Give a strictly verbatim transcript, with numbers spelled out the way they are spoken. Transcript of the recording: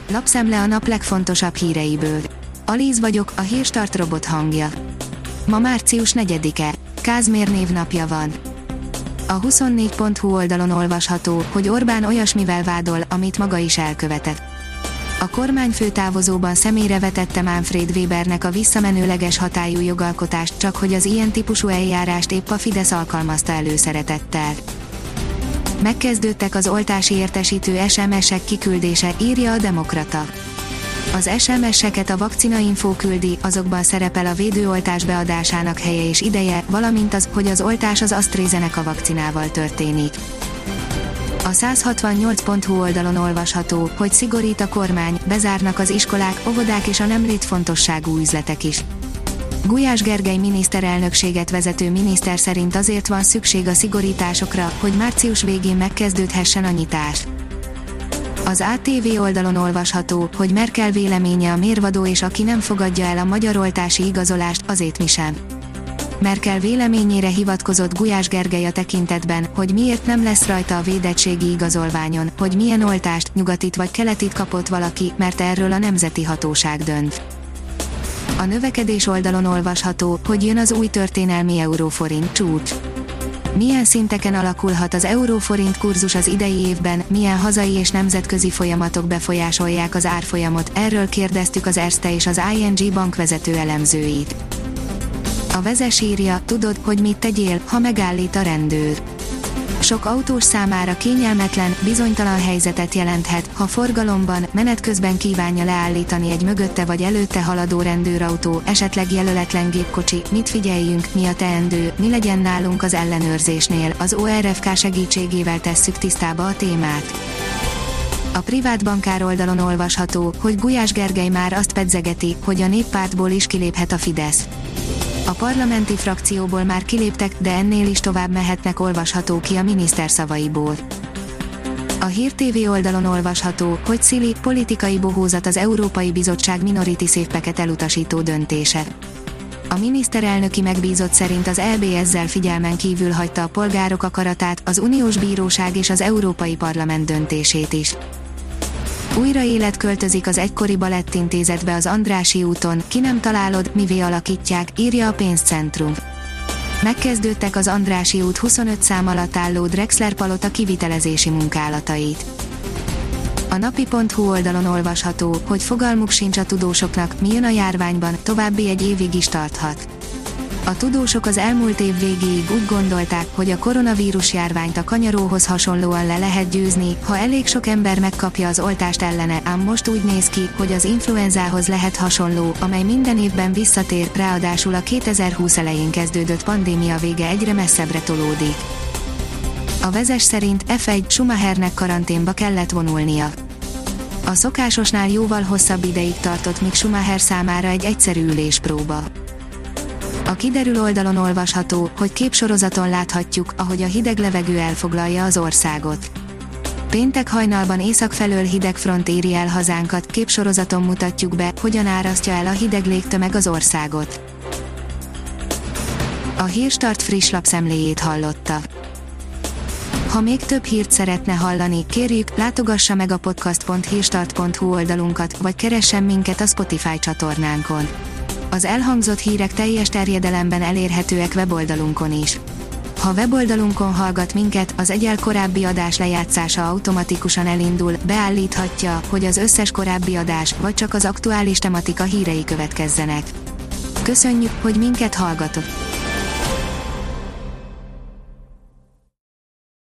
Lapszemle a nap legfontosabb híreiből. Alíz vagyok, a Hírstart robot hangja. Ma március negyedike, Kázmér névnapja van. A huszonnégy pont hu oldalon olvasható, hogy Orbán olyasmivel vádol, amit maga is elkövetett. A kormányfő távozóban személyre vetette Manfred Webernek a visszamenőleges hatályú jogalkotást, csak hogy az ilyen típusú eljárást épp a Fidesz alkalmazta előszeretettel. Megkezdődtek az oltási értesítő es em es-ek kiküldése, írja a Demokrata. Az es em es-eket a Vakcinainfo küldi, azokban szerepel a védőoltás beadásának helye és ideje, valamint az, hogy az oltás az AstraZeneca vakcinával történik. A száz hatvannyolc pont hu oldalon olvasható, hogy szigorít a kormány, bezárnak az iskolák, óvodák és a nem létfontosságú üzletek is. Gulyás Gergely miniszterelnökséget vezető miniszter szerint azért van szükség a szigorításokra, hogy március végén megkezdődhessen a nyitás. Az á té vé oldalon olvasható, hogy Merkel véleménye a mérvadó és aki nem fogadja el a magyar oltási igazolást, azért mi sem. Merkel véleményére hivatkozott Gulyás Gergely a tekintetben, hogy miért nem lesz rajta a védettségi igazolványon, hogy milyen oltást, nyugatit vagy keletit kapott valaki, mert erről a nemzeti hatóság dönt. A növekedés oldalon olvasható, hogy jön az új történelmi euróforint csúcs. Milyen szinteken alakulhat az euróforint kurzus az idei évben, milyen hazai és nemzetközi folyamatok befolyásolják az árfolyamot, erről kérdeztük az Erste és az i en gé bankvezető elemzőit. A Vezes írja, tudod, hogy mit tegyél, ha megállít a rendőr. Sok autós számára kényelmetlen, bizonytalan helyzetet jelenthet, ha forgalomban, menet közben kívánja leállítani egy mögötte vagy előtte haladó rendőrautó, esetleg jelöletlen gépkocsi, mit figyeljünk, mi a teendő, mi legyen nálunk az ellenőrzésnél, az o er ef ká segítségével tesszük tisztába a témát. A privát bankár oldalon olvasható, hogy Gulyás Gergely már azt pedzegeti, hogy a néppártból is kiléphet a Fidesz. A parlamenti frakcióból már kiléptek, de ennél is tovább mehetnek, olvasható ki a miniszter szavaiból. A Hír té vé oldalon olvasható, hogy Szili, politikai bohózat az Európai Bizottság minority szépeket elutasító döntése. A miniszterelnöki megbízott szerint az é bé ezzel figyelmen kívül hagyta a polgárok akaratát, az uniós bíróság és az Európai Parlament döntését is. Újra élet költözik az egykori balettintézetbe az Andrássy úton, ki nem találod, mivé alakítják, írja a Pénzcentrum. Megkezdődtek az Andrássy út huszonöt szám alatt álló Drexler palota kivitelezési munkálatait. A napi pont hu oldalon olvasható, hogy fogalmuk sincs a tudósoknak, mi jön a járványban, további egy évig is tarthat. A tudósok az elmúlt év végéig úgy gondolták, hogy a koronavírus járványt a kanyaróhoz hasonlóan le lehet győzni, ha elég sok ember megkapja az oltást ellene, ám most úgy néz ki, hogy az influenzához lehet hasonló, amely minden évben visszatér, ráadásul a kétezer-húsz elején kezdődött pandémia vége egyre messzebbre tolódik. A Vezes szerint ef egy Schumachernek karanténba kellett vonulnia. A szokásosnál jóval hosszabb ideig tartott, míg Schumacher számára egy egyszerű üléspróba. A kiderül oldalon olvasható, hogy képsorozaton láthatjuk, ahogy a hideg levegő elfoglalja az országot. Péntek hajnalban észak felől hideg front éri el hazánkat, képsorozaton mutatjuk be, hogyan árasztja el a hideg légtömeg az országot. A Hírstart friss lapszemléjét hallotta. Ha még több hírt szeretne hallani, kérjük, látogassa meg a podcast pont hírstart pont hu oldalunkat, vagy keressen minket a Spotify csatornánkon. Az elhangzott hírek teljes terjedelemben elérhetőek weboldalunkon is. Ha weboldalunkon hallgat minket, az egyel korábbi adás lejátszása automatikusan elindul, beállíthatja, hogy az összes korábbi adás, vagy csak az aktuális tematika hírei következzenek. Köszönjük, hogy minket hallgatott!